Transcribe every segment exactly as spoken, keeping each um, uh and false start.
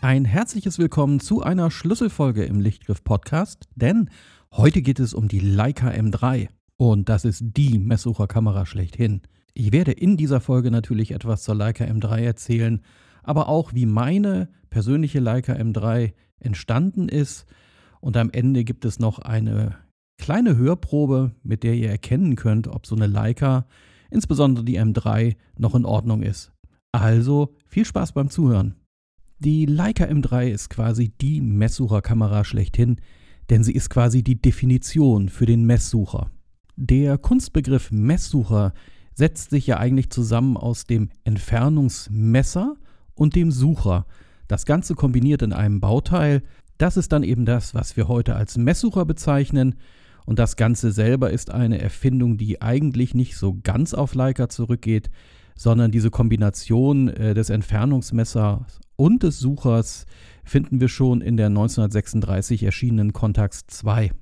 Ein herzliches Willkommen zu einer Schlüsselfolge im Lichtgriff Podcast, denn heute geht es um die Leica M drei und das ist die Messsucherkamera schlechthin. Ich werde in dieser Folge natürlich etwas zur Leica M drei erzählen, aber auch wie meine persönliche Leica M drei entstanden ist und am Ende gibt es noch eine kleine Hörprobe, mit der ihr erkennen könnt, ob so eine Leica, insbesondere die M drei, noch in Ordnung ist. Also viel Spaß beim Zuhören. Die Leica M drei ist quasi die Messsucherkamera schlechthin, denn sie ist quasi die Definition für den Messsucher. Der Kunstbegriff Messsucher setzt sich ja eigentlich zusammen aus dem Entfernungsmesser und dem Sucher. Das Ganze kombiniert in einem Bauteil. Das ist dann eben das, was wir heute als Messsucher bezeichnen. Und das Ganze selber ist eine Erfindung, die eigentlich nicht so ganz auf Leica zurückgeht, sondern diese Kombination äh, des Entfernungsmessers und des Suchers finden wir schon in der neunzehnhundertsechsunddreißig erschienenen Contax zwei.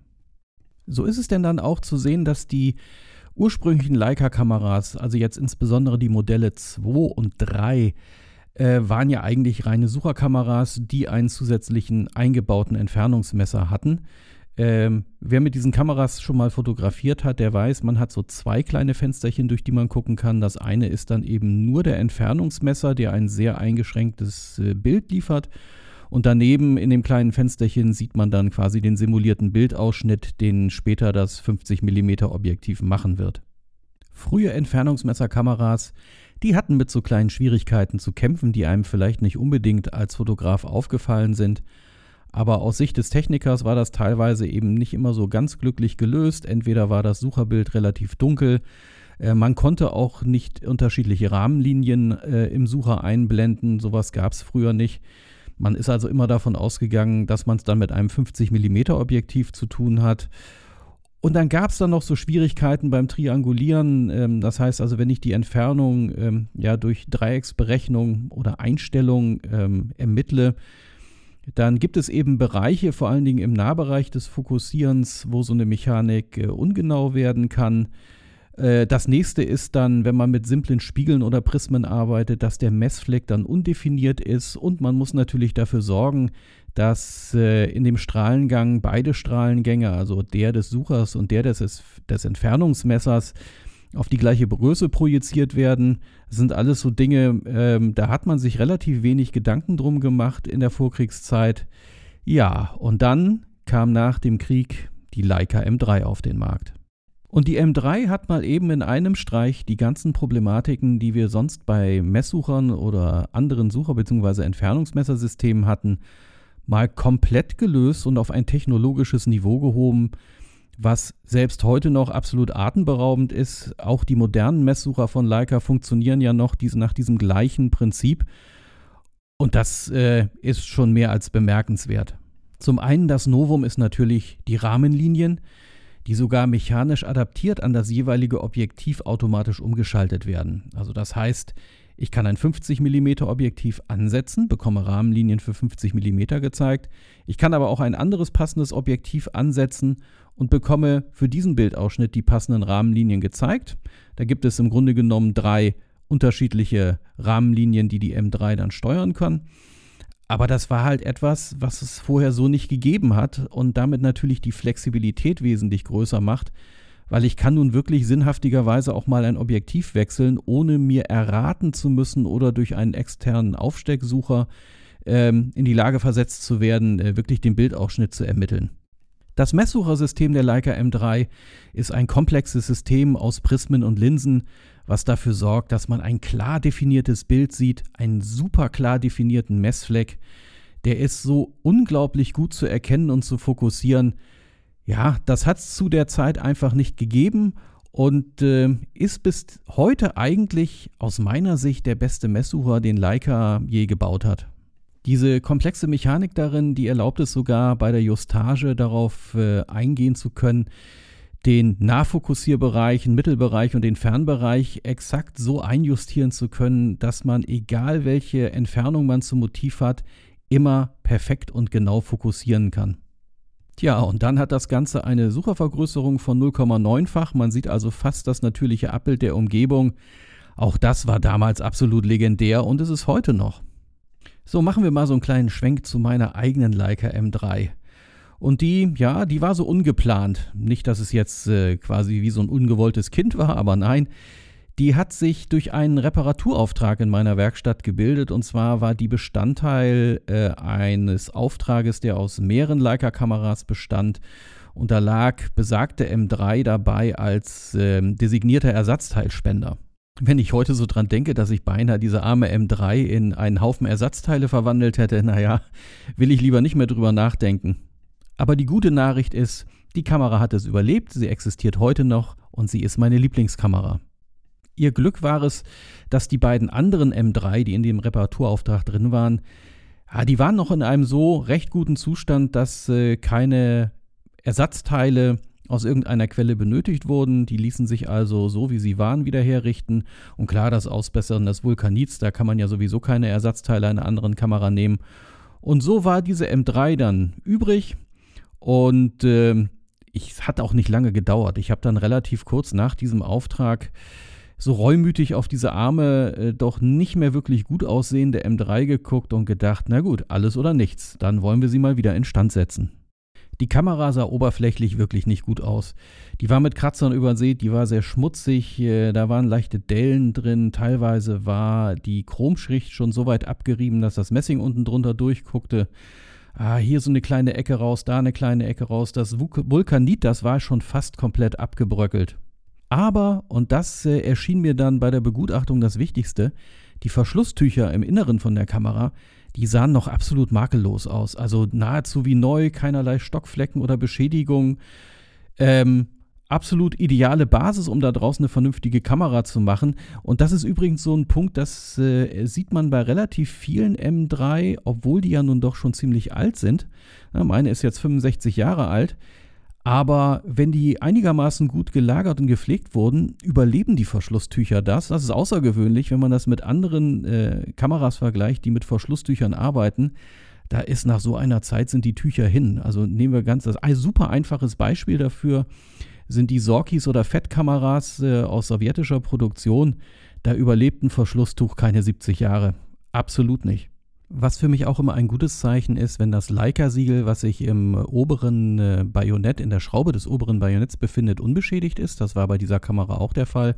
So ist es denn dann auch zu sehen, dass die ursprünglichen Leica-Kameras, also jetzt insbesondere die Modelle zwei und drei, äh, waren ja eigentlich reine Sucherkameras, die einen zusätzlichen eingebauten Entfernungsmesser hatten. Ähm, wer mit diesen Kameras schon mal fotografiert hat, der weiß, man hat so zwei kleine Fensterchen, durch die man gucken kann. Das eine ist dann eben nur der Entfernungsmesser, der ein sehr eingeschränktes äh, Bild liefert. Und daneben in dem kleinen Fensterchen sieht man dann quasi den simulierten Bildausschnitt, den später das fünfzig Millimeter Objektiv machen wird. Frühe Entfernungsmesserkameras, die hatten mit so kleinen Schwierigkeiten zu kämpfen, die einem vielleicht nicht unbedingt als Fotograf aufgefallen sind. Aber aus Sicht des Technikers war das teilweise eben nicht immer so ganz glücklich gelöst. Entweder war das Sucherbild relativ dunkel, äh, man konnte auch nicht unterschiedliche Rahmenlinien äh, im Sucher einblenden, sowas gab es früher nicht. Man ist also immer davon ausgegangen, dass man es dann mit einem fünfzig Millimeter Objektiv zu tun hat. Und dann gab es dann noch so Schwierigkeiten beim Triangulieren. Ähm, das heißt also, wenn ich die Entfernung ähm, ja durch Dreiecksberechnung oder Einstellung ähm, ermittle, dann gibt es eben Bereiche, vor allen Dingen im Nahbereich des Fokussierens, wo so eine Mechanik äh, ungenau werden kann. Äh, das nächste ist dann, wenn man mit simplen Spiegeln oder Prismen arbeitet, dass der Messfleck dann undefiniert ist und man muss natürlich dafür sorgen, dass äh, in dem Strahlengang beide Strahlengänge, also der des Suchers und der des, des Entfernungsmessers, auf die gleiche Größe projiziert werden. Das sind alles so Dinge, ähm, da hat man sich relativ wenig Gedanken drum gemacht in der Vorkriegszeit. Ja, und dann kam nach dem Krieg die Leica M drei auf den Markt. Und die M drei hat mal eben in einem Streich die ganzen Problematiken, die wir sonst bei Messsuchern oder anderen Sucher- bzw. Entfernungsmessersystemen hatten, mal komplett gelöst und auf ein technologisches Niveau gehoben, was selbst heute noch absolut atemberaubend ist. Auch die modernen Messsucher von Leica funktionieren ja noch diese, nach diesem gleichen Prinzip. Und das äh, ist schon mehr als bemerkenswert. Zum einen das Novum ist natürlich die Rahmenlinien, die sogar mechanisch adaptiert an das jeweilige Objektiv automatisch umgeschaltet werden. Also das heißt, ich kann ein fünfzig Millimeter Objektiv ansetzen, bekomme Rahmenlinien für fünfzig Millimeter gezeigt. Ich kann aber auch ein anderes passendes Objektiv ansetzen und bekomme für diesen Bildausschnitt die passenden Rahmenlinien gezeigt. Da gibt es im Grunde genommen drei unterschiedliche Rahmenlinien, die die M drei dann steuern kann. Aber das war halt etwas, was es vorher so nicht gegeben hat und damit natürlich die Flexibilität wesentlich größer macht, weil ich kann nun wirklich sinnhaftigerweise auch mal ein Objektiv wechseln, ohne mir erraten zu müssen oder durch einen externen Aufstecksucher ähm, in die Lage versetzt zu werden, äh, wirklich den Bildausschnitt zu ermitteln. Das Messsuchersystem der Leica M drei ist ein komplexes System aus Prismen und Linsen, was dafür sorgt, dass man ein klar definiertes Bild sieht, einen super klar definierten Messfleck. Der ist so unglaublich gut zu erkennen und zu fokussieren. Ja, das hat es zu der Zeit einfach nicht gegeben und äh, ist bis heute eigentlich aus meiner Sicht der beste Messsucher, den Leica je gebaut hat. Diese komplexe Mechanik darin, die erlaubt es sogar bei der Justage darauf äh, eingehen zu können, den Nahfokussierbereich, den Mittelbereich und den Fernbereich exakt so einjustieren zu können, dass man, egal welche Entfernung man zum Motiv hat, immer perfekt und genau fokussieren kann. Tja, und dann hat das Ganze eine Suchervergrößerung von null Komma neun-fach. Man sieht also fast das natürliche Abbild der Umgebung. Auch das war damals absolut legendär und ist es heute noch. So, machen wir mal so einen kleinen Schwenk zu meiner eigenen Leica M drei. Und die, ja, die war so ungeplant. Nicht, dass es jetzt äh, quasi wie so ein ungewolltes Kind war, aber nein. Die hat sich durch einen Reparaturauftrag in meiner Werkstatt gebildet. Und zwar war die Bestandteil äh, eines Auftrages, der aus mehreren Leica-Kameras bestand. Und da lag besagte M drei dabei als äh, designierter Ersatzteilspender. Wenn ich heute so dran denke, dass ich beinahe diese arme M drei in einen Haufen Ersatzteile verwandelt hätte, naja, will ich lieber nicht mehr drüber nachdenken. Aber die gute Nachricht ist, die Kamera hat es überlebt, sie existiert heute noch und sie ist meine Lieblingskamera. Ihr Glück war es, dass die beiden anderen M drei, die in dem Reparaturauftrag drin waren, ja, die waren noch in einem so recht guten Zustand, dass äh, keine Ersatzteile aus irgendeiner Quelle benötigt wurden. Die ließen sich also so, wie sie waren, wieder herrichten. Und klar, das Ausbessern des Vulkanits, da kann man ja sowieso keine Ersatzteile einer anderen Kamera nehmen. Und so war diese M drei dann übrig. Und äh, es hat auch nicht lange gedauert. Ich habe dann relativ kurz nach diesem Auftrag so reumütig auf diese arme, äh, doch nicht mehr wirklich gut aussehende M drei geguckt und gedacht, na gut, alles oder nichts. Dann wollen wir sie mal wieder instand setzen. Die Kamera sah oberflächlich wirklich nicht gut aus. Die war mit Kratzern übersät, die war sehr schmutzig, äh, da waren leichte Dellen drin. Teilweise war die Chromschicht schon so weit abgerieben, dass das Messing unten drunter durchguckte. Ah, hier so eine kleine Ecke raus, da eine kleine Ecke raus. Das Vulkanit, das war schon fast komplett abgebröckelt. Aber, und das äh, erschien mir dann bei der Begutachtung das Wichtigste, die Verschlusstücher im Inneren von der Kamera, die sahen noch absolut makellos aus. Also nahezu wie neu, keinerlei Stockflecken oder Beschädigungen. Ähm, absolut ideale Basis, um da draußen eine vernünftige Kamera zu machen. Und das ist übrigens so ein Punkt, das äh, sieht man bei relativ vielen M drei, obwohl die ja nun doch schon ziemlich alt sind. Ja, meine ist jetzt fünfundsechzig Jahre alt. Aber wenn die einigermaßen gut gelagert und gepflegt wurden, überleben die Verschlusstücher das. Das ist außergewöhnlich, wenn man das mit anderen äh, Kameras vergleicht, die mit Verschlusstüchern arbeiten. Da ist nach so einer Zeit sind die Tücher hin. Also nehmen wir ganz das ein super einfaches Beispiel dafür sind die Sorkis oder Fettkameras äh, aus sowjetischer Produktion. Da überlebt ein Verschlusstuch keine siebzig Jahre. Absolut nicht. Was für mich auch immer ein gutes Zeichen ist, wenn das Leica-Siegel, was sich im oberen äh, Bajonett, in der Schraube des oberen Bajonetts befindet, unbeschädigt ist. Das war bei dieser Kamera auch der Fall.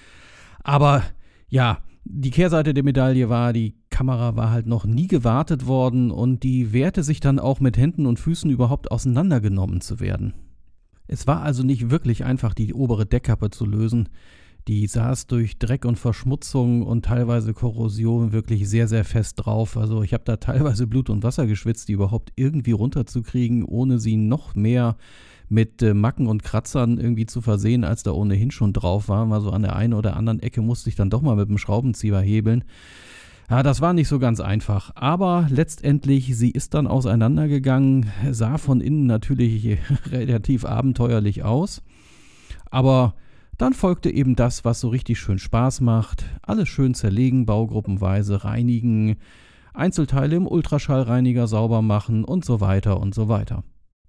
Aber ja, die Kehrseite der Medaille war, die Kamera war halt noch nie gewartet worden und die wehrte sich dann auch mit Händen und Füßen überhaupt auseinandergenommen zu werden. Es war also nicht wirklich einfach, die obere Deckkappe zu lösen. Die saß durch Dreck und Verschmutzung und teilweise Korrosion wirklich sehr, sehr fest drauf. Also ich habe da teilweise Blut und Wasser geschwitzt, die überhaupt irgendwie runterzukriegen, ohne sie noch mehr mit äh, Macken und Kratzern irgendwie zu versehen, als da ohnehin schon drauf war. Mal so an der einen oder anderen Ecke musste ich dann doch mal mit dem Schraubenzieher hebeln. Ja, das war nicht so ganz einfach. Aber letztendlich, sie ist dann auseinandergegangen, sah von innen natürlich relativ abenteuerlich aus. Aber dann folgte eben das, was so richtig schön Spaß macht. Alles schön zerlegen, baugruppenweise reinigen, Einzelteile im Ultraschallreiniger sauber machen und so weiter und so weiter.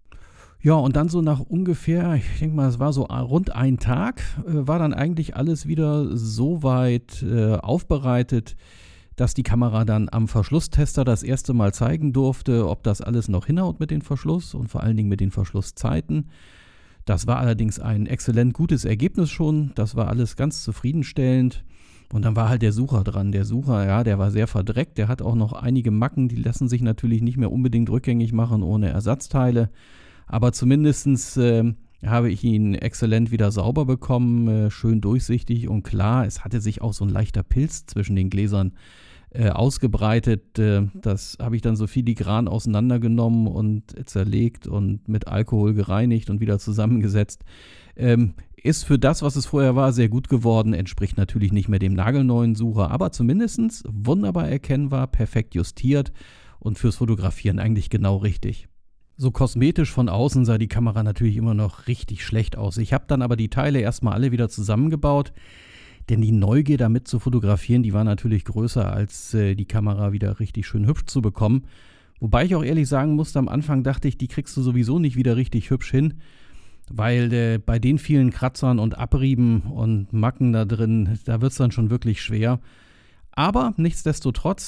Ja, und dann so nach ungefähr, ich denke mal, es war so rund ein Tag, äh, war dann eigentlich alles wieder so weit äh, aufbereitet, dass die Kamera dann am Verschlusstester das erste Mal zeigen durfte, ob das alles noch hinhaut mit dem Verschluss und vor allen Dingen mit den Verschlusszeiten. Das war allerdings ein exzellent gutes Ergebnis schon. Das war alles ganz zufriedenstellend. Und dann war halt der Sucher dran. Der Sucher, ja, der war sehr verdreckt. Der hat auch noch einige Macken, die lassen sich natürlich nicht mehr unbedingt rückgängig machen ohne Ersatzteile. Aber zumindest äh, habe ich ihn exzellent wieder sauber bekommen, äh, schön durchsichtig und klar. Es hatte sich auch so ein leichter Pilz zwischen den Gläsern äh, ausgebreitet. Äh, das habe ich dann so filigran auseinandergenommen und zerlegt und mit Alkohol gereinigt und wieder zusammengesetzt. Ähm, ist für das, was es vorher war, sehr gut geworden. Entspricht natürlich nicht mehr dem nagelneuen Sucher, aber zumindest wunderbar erkennbar, perfekt justiert und fürs Fotografieren eigentlich genau richtig. So kosmetisch von außen sah die Kamera natürlich immer noch richtig schlecht aus. Ich habe dann aber die Teile erstmal alle wieder zusammengebaut, denn die Neugier damit zu fotografieren, die war natürlich größer, als äh, die Kamera wieder richtig schön hübsch zu bekommen. Wobei ich auch ehrlich sagen musste, am Anfang dachte ich, die kriegst du sowieso nicht wieder richtig hübsch hin, weil äh, bei den vielen Kratzern und Abrieben und Macken da drin, da wird es dann schon wirklich schwer. Aber nichtsdestotrotz,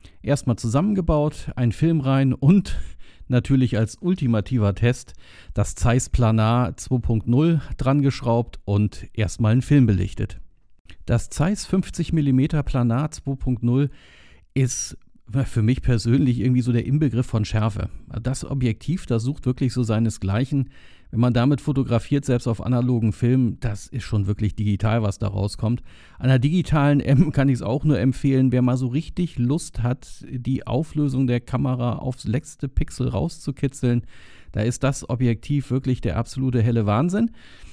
Erstmal zusammengebaut, einen Film rein und natürlich als ultimativer Test das Zeiss Planar zwei Punkt null dran geschraubt und erstmal einen Film belichtet. Das Zeiss fünfzig Millimeter Planar zwei Punkt null ist für mich persönlich irgendwie so der Inbegriff von Schärfe. Das Objektiv, das sucht wirklich so seinesgleichen. Wenn man damit fotografiert, selbst auf analogen Filmen, das ist schon wirklich digital, was da rauskommt. An der digitalen M kann ich es auch nur empfehlen, wer mal so richtig Lust hat, die Auflösung der Kamera aufs letzte Pixel rauszukitzeln, da ist das Objektiv wirklich der absolute helle Wahnsinn.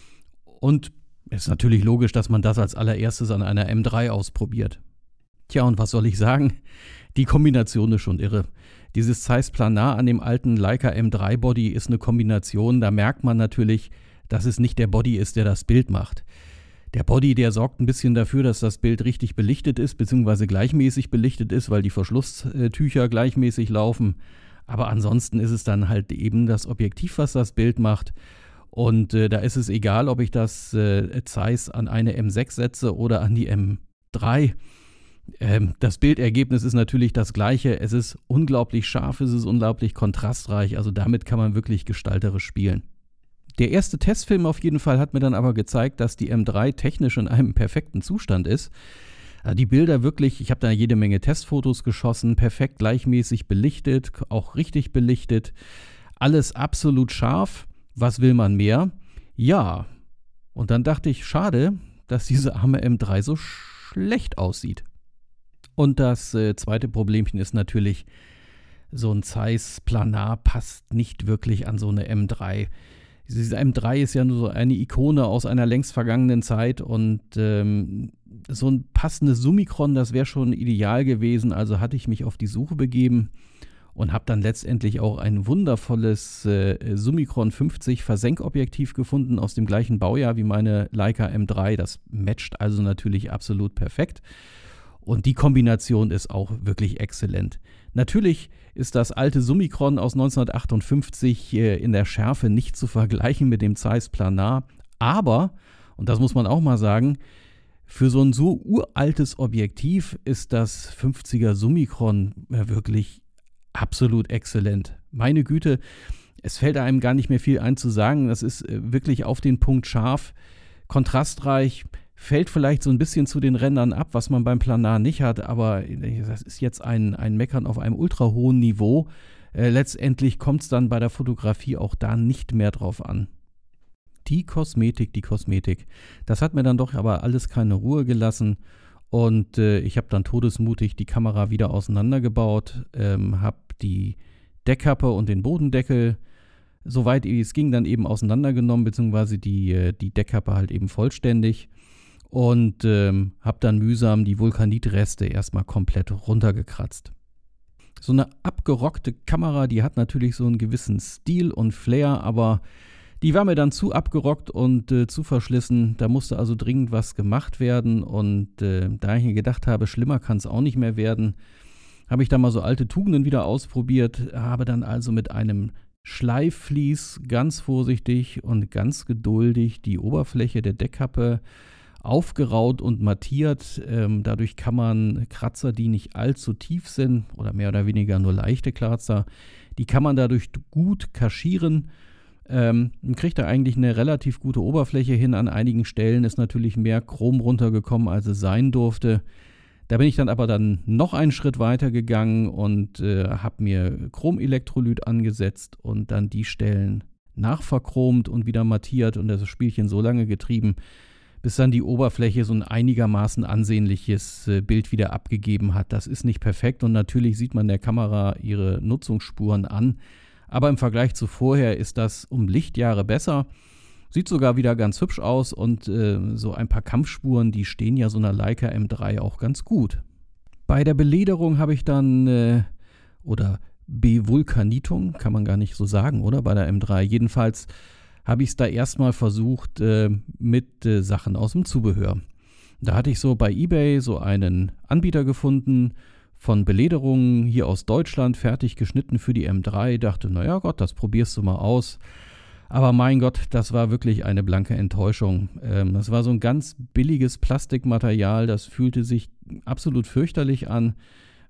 Und es ist natürlich logisch, dass man das als allererstes an einer M drei ausprobiert. Tja, und was soll ich sagen? Die Kombination ist schon irre. Dieses Zeiss Planar an dem alten Leica M drei Body ist eine Kombination, da merkt man natürlich, dass es nicht der Body ist, der das Bild macht. Der Body, der sorgt ein bisschen dafür, dass das Bild richtig belichtet ist, beziehungsweise gleichmäßig belichtet ist, weil die Verschlusstücher gleichmäßig laufen. Aber ansonsten ist es dann halt eben das Objektiv, was das Bild macht. Und äh, da ist es egal, ob ich das äh, Zeiss an eine M sechs setze oder an die M drei. Ähm, das Bildergebnis ist natürlich das gleiche. Es ist unglaublich scharf, es ist unglaublich kontrastreich. Also damit kann man wirklich gestalterisch spielen. Der erste Testfilm auf jeden Fall hat mir dann aber gezeigt, dass die M drei technisch in einem perfekten Zustand ist. Die Bilder wirklich, ich habe da jede Menge Testfotos geschossen, perfekt gleichmäßig belichtet, auch richtig belichtet. Alles absolut scharf. Was will man mehr? Ja. Und dann dachte ich, schade, dass diese arme M drei so schlecht aussieht. Und das äh, zweite Problemchen ist natürlich, so ein Zeiss Planar passt nicht wirklich an so eine M drei. Diese M drei ist ja nur so eine Ikone aus einer längst vergangenen Zeit und ähm, so ein passendes Summicron, das wäre schon ideal gewesen. Also hatte ich mich auf die Suche begeben und habe dann letztendlich auch ein wundervolles äh, Summicron fünfzig Versenkobjektiv gefunden aus dem gleichen Baujahr wie meine Leica M drei. Das matcht also natürlich absolut perfekt. Und die Kombination ist auch wirklich exzellent. Natürlich ist das alte Summicron aus neunzehnhundertachtundfünfzig äh, in der Schärfe nicht zu vergleichen mit dem Zeiss Planar. Aber, und das muss man auch mal sagen, für so ein so uraltes Objektiv ist das fünfziger Summicron äh, wirklich absolut exzellent. Meine Güte, es fällt einem gar nicht mehr viel ein zu sagen. Das ist äh, wirklich auf den Punkt scharf, kontrastreich. Fällt vielleicht so ein bisschen zu den Rändern ab, was man beim Planar nicht hat, aber das ist jetzt ein, ein Meckern auf einem ultra hohen Niveau. Äh, letztendlich kommt es dann bei der Fotografie auch da nicht mehr drauf an. Die Kosmetik, die Kosmetik, das hat mir dann doch aber alles keine Ruhe gelassen und äh, ich habe dann todesmutig die Kamera wieder auseinandergebaut, ähm, habe die Deckkappe und den Bodendeckel soweit es ging dann eben auseinandergenommen, beziehungsweise die, die Deckkappe halt eben vollständig. Und ähm, habe dann mühsam die Vulkanitreste erstmal komplett runtergekratzt. So eine abgerockte Kamera, die hat natürlich so einen gewissen Stil und Flair, aber die war mir dann zu abgerockt und äh, zu verschlissen. Da musste also dringend was gemacht werden. Und äh, da ich mir gedacht habe, schlimmer kann es auch nicht mehr werden, habe ich da mal so alte Tugenden wieder ausprobiert, habe dann also mit einem Schleifvlies ganz vorsichtig und ganz geduldig die Oberfläche der Deckkappe aufgeraut und mattiert. Ähm, dadurch kann man Kratzer, die nicht allzu tief sind oder mehr oder weniger nur leichte Kratzer, die kann man dadurch gut kaschieren. Ähm, man kriegt da eigentlich eine relativ gute Oberfläche hin. An einigen Stellen ist natürlich mehr Chrom runtergekommen, als es sein durfte. Da bin ich dann aber dann noch einen Schritt weiter gegangen und äh, habe mir Chromelektrolyt angesetzt und dann die Stellen nachverchromt und wieder mattiert und das Spielchen so lange getrieben, bis dann die Oberfläche so ein einigermaßen ansehnliches äh, Bild wieder abgegeben hat. Das ist nicht perfekt und natürlich sieht man der Kamera ihre Nutzungsspuren an, aber im Vergleich zu vorher ist das um Lichtjahre besser. Sieht sogar wieder ganz hübsch aus und äh, so ein paar Kampfspuren, die stehen ja so einer Leica M drei auch ganz gut. Bei der Belederung habe ich dann, äh, oder Bewulkanitung, kann man gar nicht so sagen, oder? Bei der M drei. Jedenfalls habe ich es da erstmal versucht äh, mit äh, Sachen aus dem Zubehör. Da hatte ich so bei eBay so einen Anbieter gefunden von Belederungen hier aus Deutschland, fertig geschnitten für die M drei. Dachte, naja Gott, das probierst du mal aus. Aber mein Gott, das war wirklich eine blanke Enttäuschung. Ähm, das war so ein ganz billiges Plastikmaterial, das fühlte sich absolut fürchterlich an.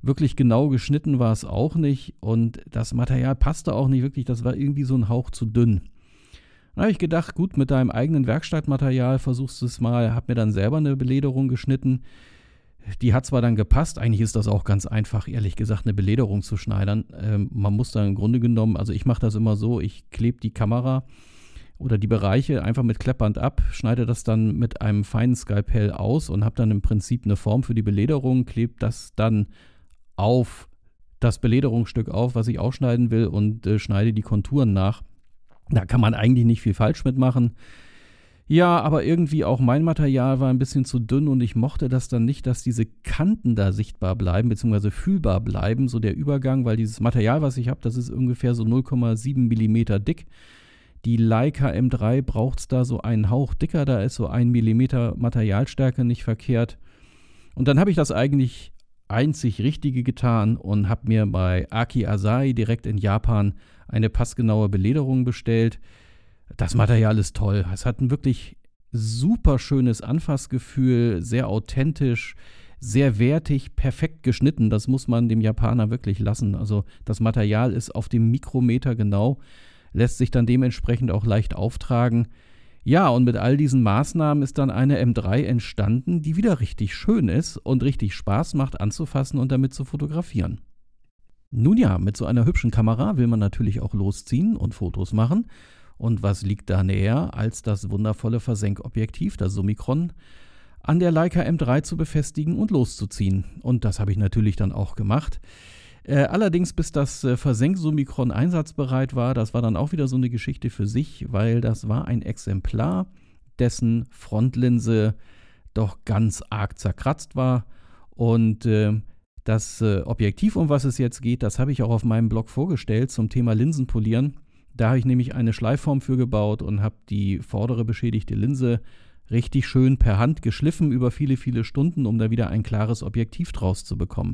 Wirklich genau geschnitten war es auch nicht und das Material passte auch nicht wirklich, das war irgendwie so ein Hauch zu dünn. Da habe ich gedacht, gut, mit deinem eigenen Werkstattmaterial versuchst du es mal, habe mir dann selber eine Belederung geschnitten. Die hat zwar dann gepasst, eigentlich ist das auch ganz einfach, ehrlich gesagt, eine Belederung zu schneidern. Ähm, man muss da im Grunde genommen, also ich mache das immer so, ich klebe die Kamera oder die Bereiche einfach mit Klettband ab, schneide das dann mit einem feinen Skalpell aus und habe dann im Prinzip eine Form für die Belederung, klebe das dann auf das Belederungsstück auf, was ich ausschneiden will und äh, schneide die Konturen nach. Da kann man eigentlich nicht viel falsch mitmachen. Ja, aber irgendwie auch mein Material war ein bisschen zu dünn und ich mochte das dann nicht, dass diese Kanten da sichtbar bleiben, beziehungsweise fühlbar bleiben, so der Übergang, weil dieses Material, was ich habe, das ist ungefähr so null Komma sieben Millimeter dick. Die Leica M drei braucht es da so einen Hauch dicker, da ist so ein Millimeter Materialstärke nicht verkehrt. Und dann habe ich das eigentlich einzig Richtige getan und habe mir bei Aki Asai direkt in Japan eine passgenaue Belederung bestellt. Das Material ist toll. Es hat ein wirklich super schönes Anfassgefühl, sehr authentisch, sehr wertig, perfekt geschnitten. Das muss man dem Japaner wirklich lassen. Also das Material ist auf dem Mikrometer genau, lässt sich dann dementsprechend auch leicht auftragen. Ja, und mit all diesen Maßnahmen ist dann eine M drei entstanden, die wieder richtig schön ist und richtig Spaß macht anzufassen und damit zu fotografieren. Nun ja, mit so einer hübschen Kamera will man natürlich auch losziehen und Fotos machen. Und was liegt da näher, als das wundervolle Versenkobjektiv, das Summicron, an der Leica M drei zu befestigen und loszuziehen. Und das habe ich natürlich dann auch gemacht. Äh, allerdings, bis das äh, Versenk-Summicron einsatzbereit war, das war dann auch wieder so eine Geschichte für sich, weil das war ein Exemplar, dessen Frontlinse doch ganz arg zerkratzt war. Und äh, das äh, Objektiv, um was es jetzt geht, das habe ich auch auf meinem Blog vorgestellt zum Thema Linsenpolieren. Da habe ich nämlich eine Schleifform für gebaut und habe die vordere beschädigte Linse richtig schön per Hand geschliffen über viele, viele Stunden, um da wieder ein klares Objektiv draus zu bekommen.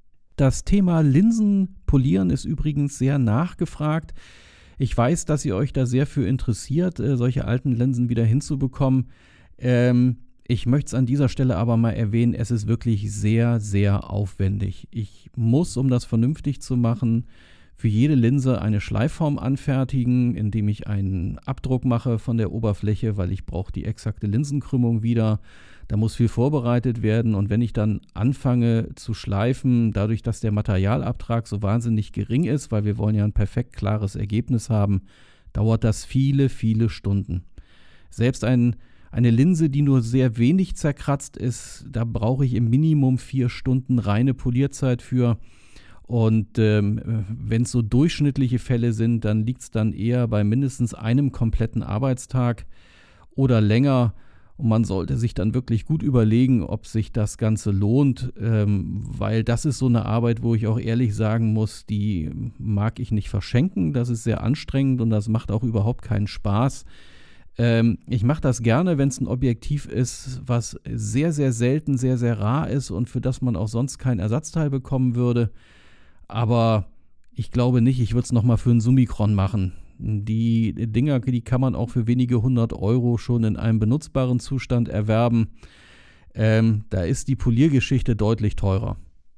Das Thema Linsenpolieren ist übrigens sehr nachgefragt. Ich weiß, dass ihr euch da sehr für interessiert, äh, solche alten Linsen wieder hinzubekommen. Ähm, ich möchte es an dieser Stelle aber mal erwähnen, es ist wirklich sehr, sehr aufwendig. Ich muss, um das vernünftig zu machen, für jede Linse eine Schleifform anfertigen, indem ich einen Abdruck mache von der Oberfläche, weil ich brauche die exakte Linsenkrümmung wieder. Da muss viel vorbereitet werden und wenn ich dann anfange zu schleifen, dadurch, dass der Materialabtrag so wahnsinnig gering ist, weil wir wollen ja ein perfekt klares Ergebnis haben, dauert das viele, viele Stunden. Selbst ein, eine Linse, die nur sehr wenig zerkratzt ist, da brauche ich im Minimum vier Stunden reine Polierzeit für. Und ähm, wenn es so durchschnittliche Fälle sind, dann liegt es dann eher bei mindestens einem kompletten Arbeitstag oder länger. Und man sollte sich dann wirklich gut überlegen, ob sich das Ganze lohnt, ähm, weil das ist so eine Arbeit, wo ich auch ehrlich sagen muss, die mag ich nicht verschenken. Das ist sehr anstrengend und das macht auch überhaupt keinen Spaß. Ähm, ich mache das gerne, wenn es ein Objektiv ist, was sehr, sehr selten, sehr, sehr rar ist und für das man auch sonst kein Ersatzteil bekommen würde. Aber ich glaube nicht, ich würde es nochmal für einen Summicron machen. Die Dinger, die kann man auch für wenige hundert Euro schon in einem benutzbaren Zustand erwerben. Ähm, da ist die Poliergeschichte deutlich teurer.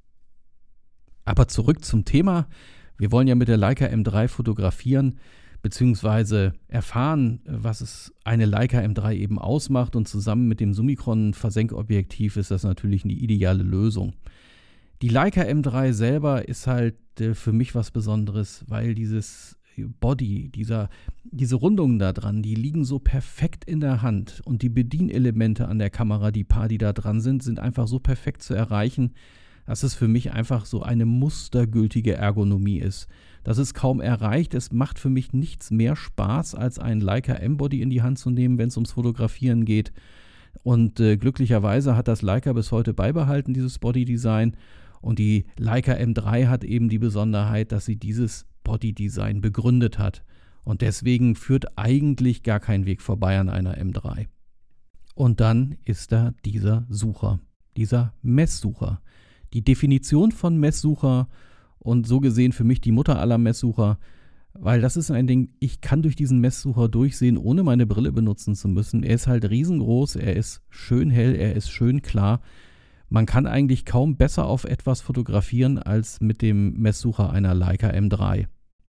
Aber zurück zum Thema. Wir wollen ja mit der Leica M drei fotografieren, beziehungsweise erfahren, was es eine Leica M drei eben ausmacht. Und zusammen mit dem Summicron-Versenkobjektiv ist das natürlich eine ideale Lösung. Die Leica M drei selber ist halt äh, für mich was Besonderes, weil dieses Body, dieser, diese Rundungen da dran, die liegen so perfekt in der Hand und die Bedienelemente an der Kamera, die paar, die da dran sind, sind einfach so perfekt zu erreichen, dass es für mich einfach so eine mustergültige Ergonomie ist. Das ist kaum erreicht. Es macht für mich nichts mehr Spaß, als einen Leica M-Body in die Hand zu nehmen, wenn es ums Fotografieren geht. Und äh, glücklicherweise hat das Leica bis heute beibehalten, dieses Bodydesign. Und die Leica M drei hat eben die Besonderheit, dass sie dieses Bodydesign begründet hat. Und deswegen führt eigentlich gar kein Weg vorbei an einer M drei. Und dann ist da dieser Sucher, dieser Messsucher. Die Definition von Messsucher und so gesehen für mich die Mutter aller Messsucher, weil das ist ein Ding, ich kann durch diesen Messsucher durchsehen, ohne meine Brille benutzen zu müssen. Er ist halt riesengroß, er ist schön hell, er ist schön klar. Man kann eigentlich kaum besser auf etwas fotografieren als mit dem Messsucher einer Leica M drei.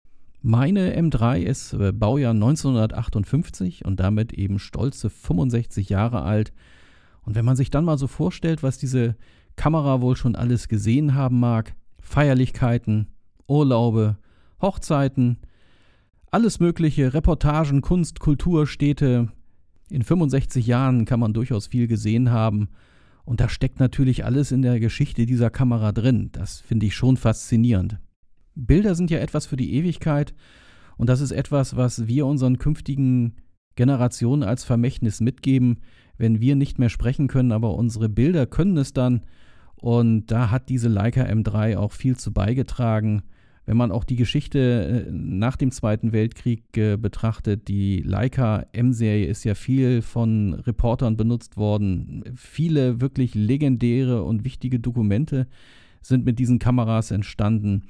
Meine M drei ist äh, Baujahr neunzehnhundertachtundfünfzig und damit eben stolze fünfundsechzig Jahre alt. Und wenn man sich dann mal so vorstellt, was diese Kamera wohl schon alles gesehen haben mag, Feierlichkeiten, Urlaube, Hochzeiten, alles mögliche, Reportagen, Kunst, Kultur, Städte. In fünfundsechzig Jahren kann man durchaus viel gesehen haben. Und da steckt natürlich alles in der Geschichte dieser Kamera drin. Das finde ich schon faszinierend. Bilder sind ja etwas für die Ewigkeit. Und das ist etwas, was wir unseren künftigen Generationen als Vermächtnis mitgeben, wenn wir nicht mehr sprechen können, aber unsere Bilder können es dann. Und da hat diese Leica M drei auch viel zu beigetragen. Wenn man auch die Geschichte nach dem Zweiten Weltkrieg äh, betrachtet, die Leica M-Serie ist ja viel von Reportern benutzt worden. Viele wirklich legendäre und wichtige Dokumente sind mit diesen Kameras entstanden.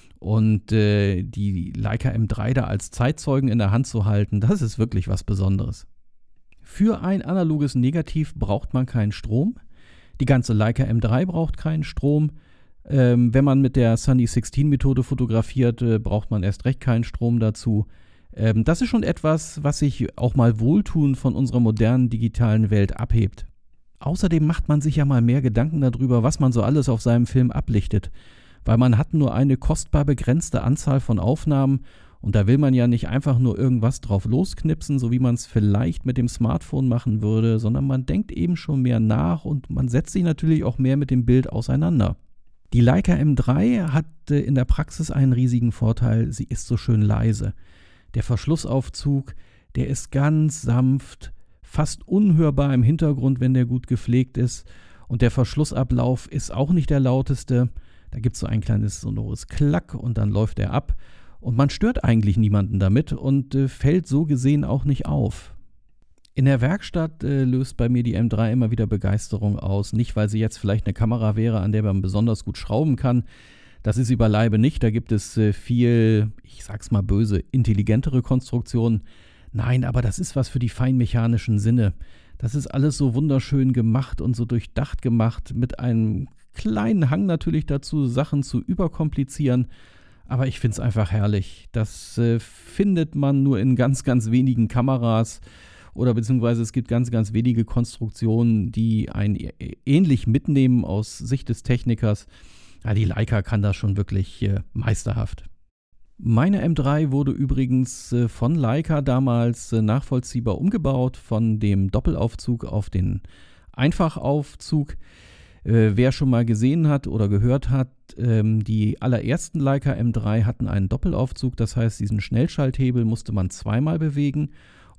Und äh, die Leica M drei da als Zeitzeugen in der Hand zu halten, das ist wirklich was Besonderes. Für ein analoges Negativ braucht man keinen Strom. Die ganze Leica M drei braucht keinen Strom. Ähm, wenn man mit der Sunny sechzehn Methode fotografiert, äh, braucht man erst recht keinen Strom dazu. Ähm, das ist schon etwas, was sich auch mal wohltuend von unserer modernen digitalen Welt abhebt. Außerdem macht man sich ja mal mehr Gedanken darüber, was man so alles auf seinem Film ablichtet. Weil man hat nur eine kostbar begrenzte Anzahl von Aufnahmen und da will man ja nicht einfach nur irgendwas drauf losknipsen, so wie man es vielleicht mit dem Smartphone machen würde, sondern man denkt eben schon mehr nach und man setzt sich natürlich auch mehr mit dem Bild auseinander. Die Leica M drei hat äh, in der Praxis einen riesigen Vorteil, sie ist so schön leise. Der Verschlussaufzug, der ist ganz sanft, fast unhörbar im Hintergrund, wenn der gut gepflegt ist. Und der Verschlussablauf ist auch nicht der lauteste. Da gibt es so ein kleines sonores Klack und dann läuft er ab. Und man stört eigentlich niemanden damit und äh, fällt so gesehen auch nicht auf. In der Werkstatt äh, löst bei mir die M drei immer wieder Begeisterung aus. Nicht, weil sie jetzt vielleicht eine Kamera wäre, an der man besonders gut schrauben kann. Das ist sie beileibe nicht. Da gibt es äh, viel, ich sag's mal böse, intelligentere Konstruktionen. Nein, aber das ist was für die feinmechanischen Sinne. Das ist alles so wunderschön gemacht und so durchdacht gemacht, mit einem kleinen Hang natürlich dazu, Sachen zu überkomplizieren. Aber ich finde es einfach herrlich. Das äh, findet man nur in ganz, ganz wenigen Kameras. Oder beziehungsweise es gibt ganz, ganz wenige Konstruktionen, die einen ähnlich mitnehmen aus Sicht des Technikers. Ja, die Leica kann das schon wirklich äh, meisterhaft. Meine M drei wurde übrigens äh, von Leica damals äh, nachvollziehbar umgebaut, von dem Doppelaufzug auf den Einfachaufzug. Äh, wer schon mal gesehen hat oder gehört hat, ähm, die allerersten Leica M drei hatten einen Doppelaufzug. Das heißt, diesen Schnellschalthebel musste man zweimal bewegen,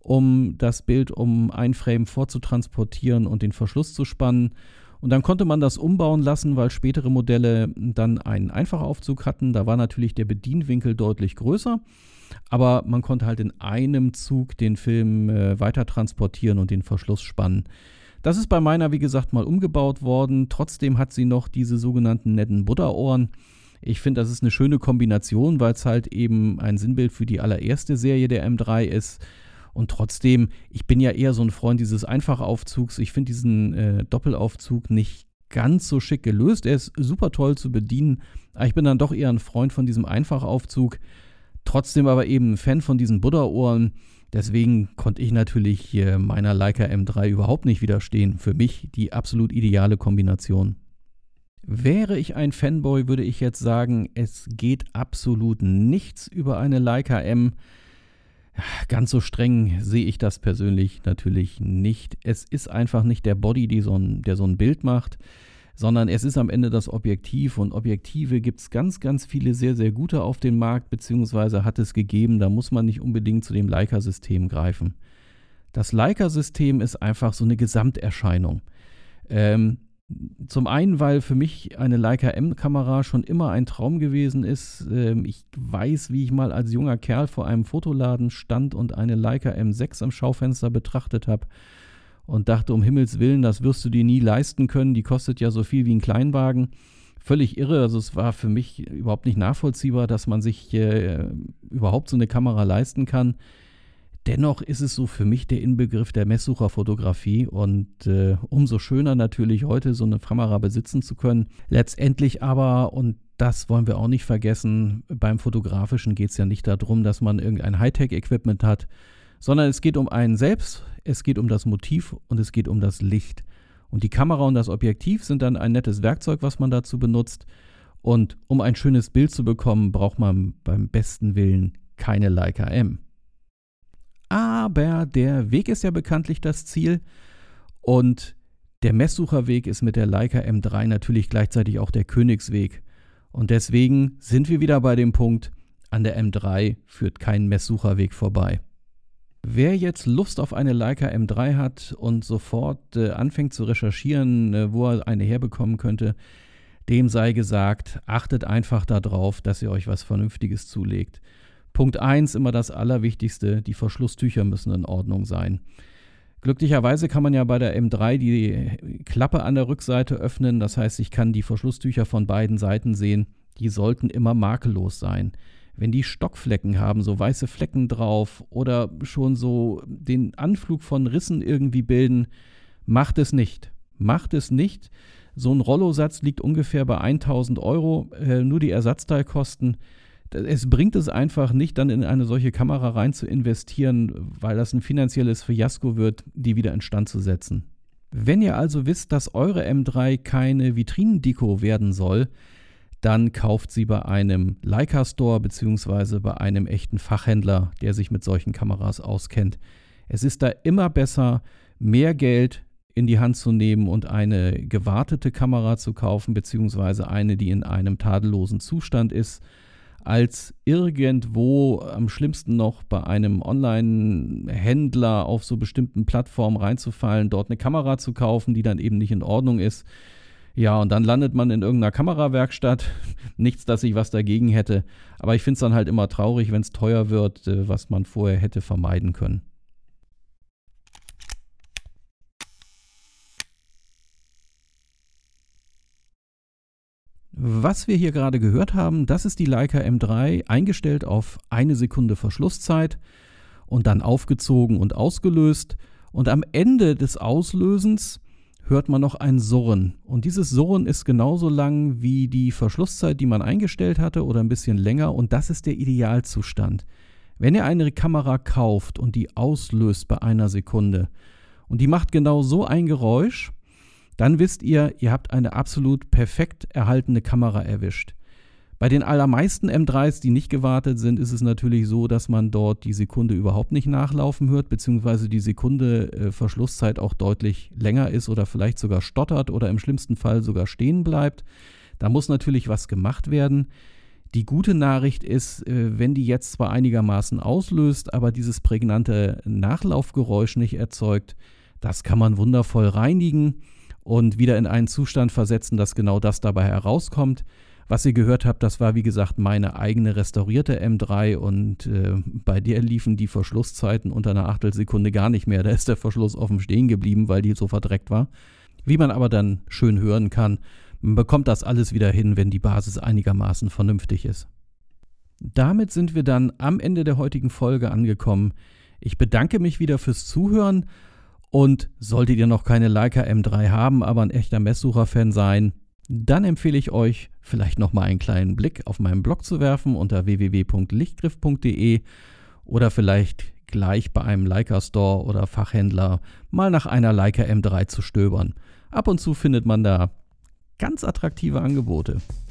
um das Bild um ein Frame vorzutransportieren und den Verschluss zu spannen. Und dann konnte man das umbauen lassen, weil spätere Modelle dann einen Einfachaufzug hatten. Da war natürlich der Bedienwinkel deutlich größer, aber man konnte halt in einem Zug den Film äh, weiter transportieren und den Verschluss spannen. Das ist bei meiner, wie gesagt, mal umgebaut worden. Trotzdem hat sie noch diese sogenannten netten Buddha-Ohren. Ich finde, das ist eine schöne Kombination, weil es halt eben ein Sinnbild für die allererste Serie der M drei ist. Und trotzdem, ich bin ja eher so ein Freund dieses Einfachaufzugs. Ich finde diesen äh, Doppelaufzug nicht ganz so schick gelöst. Er ist super toll zu bedienen, aber ich bin dann doch eher ein Freund von diesem Einfachaufzug. Trotzdem aber eben ein Fan von diesen Buddha-Ohren. Deswegen konnte ich natürlich äh, meiner Leica M drei überhaupt nicht widerstehen. Für mich die absolut ideale Kombination. Wäre ich ein Fanboy, würde ich jetzt sagen, es geht absolut nichts über eine Leica M. Ganz so streng sehe ich das persönlich natürlich nicht. Es ist einfach nicht der Body, die so ein, der so ein Bild macht, sondern es ist am Ende das Objektiv. Und Objektive gibt es ganz, ganz viele sehr, sehr gute auf dem Markt, beziehungsweise hat es gegeben. Da muss man nicht unbedingt zu dem Leica-System greifen. Das Leica-System ist einfach so eine Gesamterscheinung. Ähm, Zum einen, weil für mich eine Leica M-Kamera schon immer ein Traum gewesen ist. Ähm, ich weiß, wie ich mal als junger Kerl vor einem Fotoladen stand und eine Leica M sechs am Schaufenster betrachtet habe und dachte, um Himmels Willen, das wirst du dir nie leisten können. Die kostet ja so viel wie ein Kleinwagen. Völlig irre. Also es war für mich überhaupt nicht nachvollziehbar, dass man sich äh, überhaupt so eine Kamera leisten kann. dennoch ist es so für mich der Inbegriff der Messsucherfotografie und äh, umso schöner natürlich heute so eine Kamera besitzen zu können. Letztendlich aber, und das wollen wir auch nicht vergessen, beim Fotografischen geht es ja nicht darum, dass man irgendein Hightech-Equipment hat, sondern es geht um einen selbst, es geht um das Motiv und es geht um das Licht. Und die Kamera und das Objektiv sind dann ein nettes Werkzeug, was man dazu benutzt. Und um ein schönes Bild zu bekommen, braucht man beim besten Willen keine Leica M. Aber der Weg ist ja bekanntlich das Ziel und der Messsucherweg ist mit der Leica M drei natürlich gleichzeitig auch der Königsweg. Und deswegen sind wir wieder bei dem Punkt, an der M drei führt kein Messsucherweg vorbei. Wer jetzt Lust auf eine Leica M drei hat und sofort äh, anfängt zu recherchieren, äh, wo er eine herbekommen könnte, dem sei gesagt, achtet einfach darauf, dass ihr euch was Vernünftiges zulegt. Punkt eins, immer das Allerwichtigste, die Verschlusstücher müssen in Ordnung sein. Glücklicherweise kann man ja bei der M drei die Klappe an der Rückseite öffnen, das heißt, ich kann die Verschlusstücher von beiden Seiten sehen, die sollten immer makellos sein. Wenn die Stockflecken haben, so weiße Flecken drauf oder schon so den Anflug von Rissen irgendwie bilden, macht es nicht. Macht es nicht. So ein Rollosatz liegt ungefähr bei tausend Euro, äh, nur die Ersatzteilkosten. Es bringt es einfach nicht, dann in eine solche Kamera rein zu investieren, weil das ein finanzielles Fiasko wird, die wieder instand zu setzen. Wenn ihr also wisst, dass eure M drei keine Vitrinendeko werden soll, dann kauft sie bei einem Leica Store bzw. bei einem echten Fachhändler, der sich mit solchen Kameras auskennt. Es ist da immer besser, mehr Geld in die Hand zu nehmen und eine gewartete Kamera zu kaufen, beziehungsweise eine, die in einem tadellosen Zustand ist, als irgendwo am schlimmsten noch bei einem Online-Händler auf so bestimmten Plattformen reinzufallen, dort eine Kamera zu kaufen, die dann eben nicht in Ordnung ist. Ja, und dann landet man in irgendeiner Kamerawerkstatt. Nichts, dass ich was dagegen hätte. Aber ich finde es dann halt immer traurig, wenn es teuer wird, was man vorher hätte vermeiden können. Was wir hier gerade gehört haben, das ist die Leica M drei, eingestellt auf eine Sekunde Verschlusszeit und dann aufgezogen und ausgelöst. Und am Ende des Auslösens hört man noch ein Surren. Und dieses Surren ist genauso lang wie die Verschlusszeit, die man eingestellt hatte, oder ein bisschen länger. Und das ist der Idealzustand. Wenn ihr eine Kamera kauft und die auslöst bei einer Sekunde und die macht genau so ein Geräusch, dann wisst ihr, ihr habt eine absolut perfekt erhaltene Kamera erwischt. Bei den allermeisten M dreis, die nicht gewartet sind, ist es natürlich so, dass man dort die Sekunde überhaupt nicht nachlaufen hört, beziehungsweise die Sekunde äh, Verschlusszeit auch deutlich länger ist oder vielleicht sogar stottert oder im schlimmsten Fall sogar stehen bleibt. Da muss natürlich was gemacht werden. Die gute Nachricht ist, äh, wenn die jetzt zwar einigermaßen auslöst, aber dieses prägnante Nachlaufgeräusch nicht erzeugt, das kann man wundervoll reinigen und wieder in einen Zustand versetzen, dass genau das dabei herauskommt. Was ihr gehört habt, das war wie gesagt meine eigene restaurierte M drei und äh, bei der liefen die Verschlusszeiten unter einer Achtelsekunde gar nicht mehr. Da ist der Verschluss offen stehen geblieben, weil die so verdreckt war. Wie man aber dann schön hören kann, man bekommt das alles wieder hin, wenn die Basis einigermaßen vernünftig ist. Damit sind wir dann am Ende der heutigen Folge angekommen. Ich bedanke mich wieder fürs Zuhören. Und solltet ihr noch keine Leica M drei haben, aber ein echter Messsucher-Fan sein, dann empfehle ich euch, vielleicht nochmal einen kleinen Blick auf meinen Blog zu werfen unter w w w punkt lichtgriff punkt d e oder vielleicht gleich bei einem Leica Store oder Fachhändler mal nach einer Leica M drei zu stöbern. Ab und zu findet man da ganz attraktive Angebote.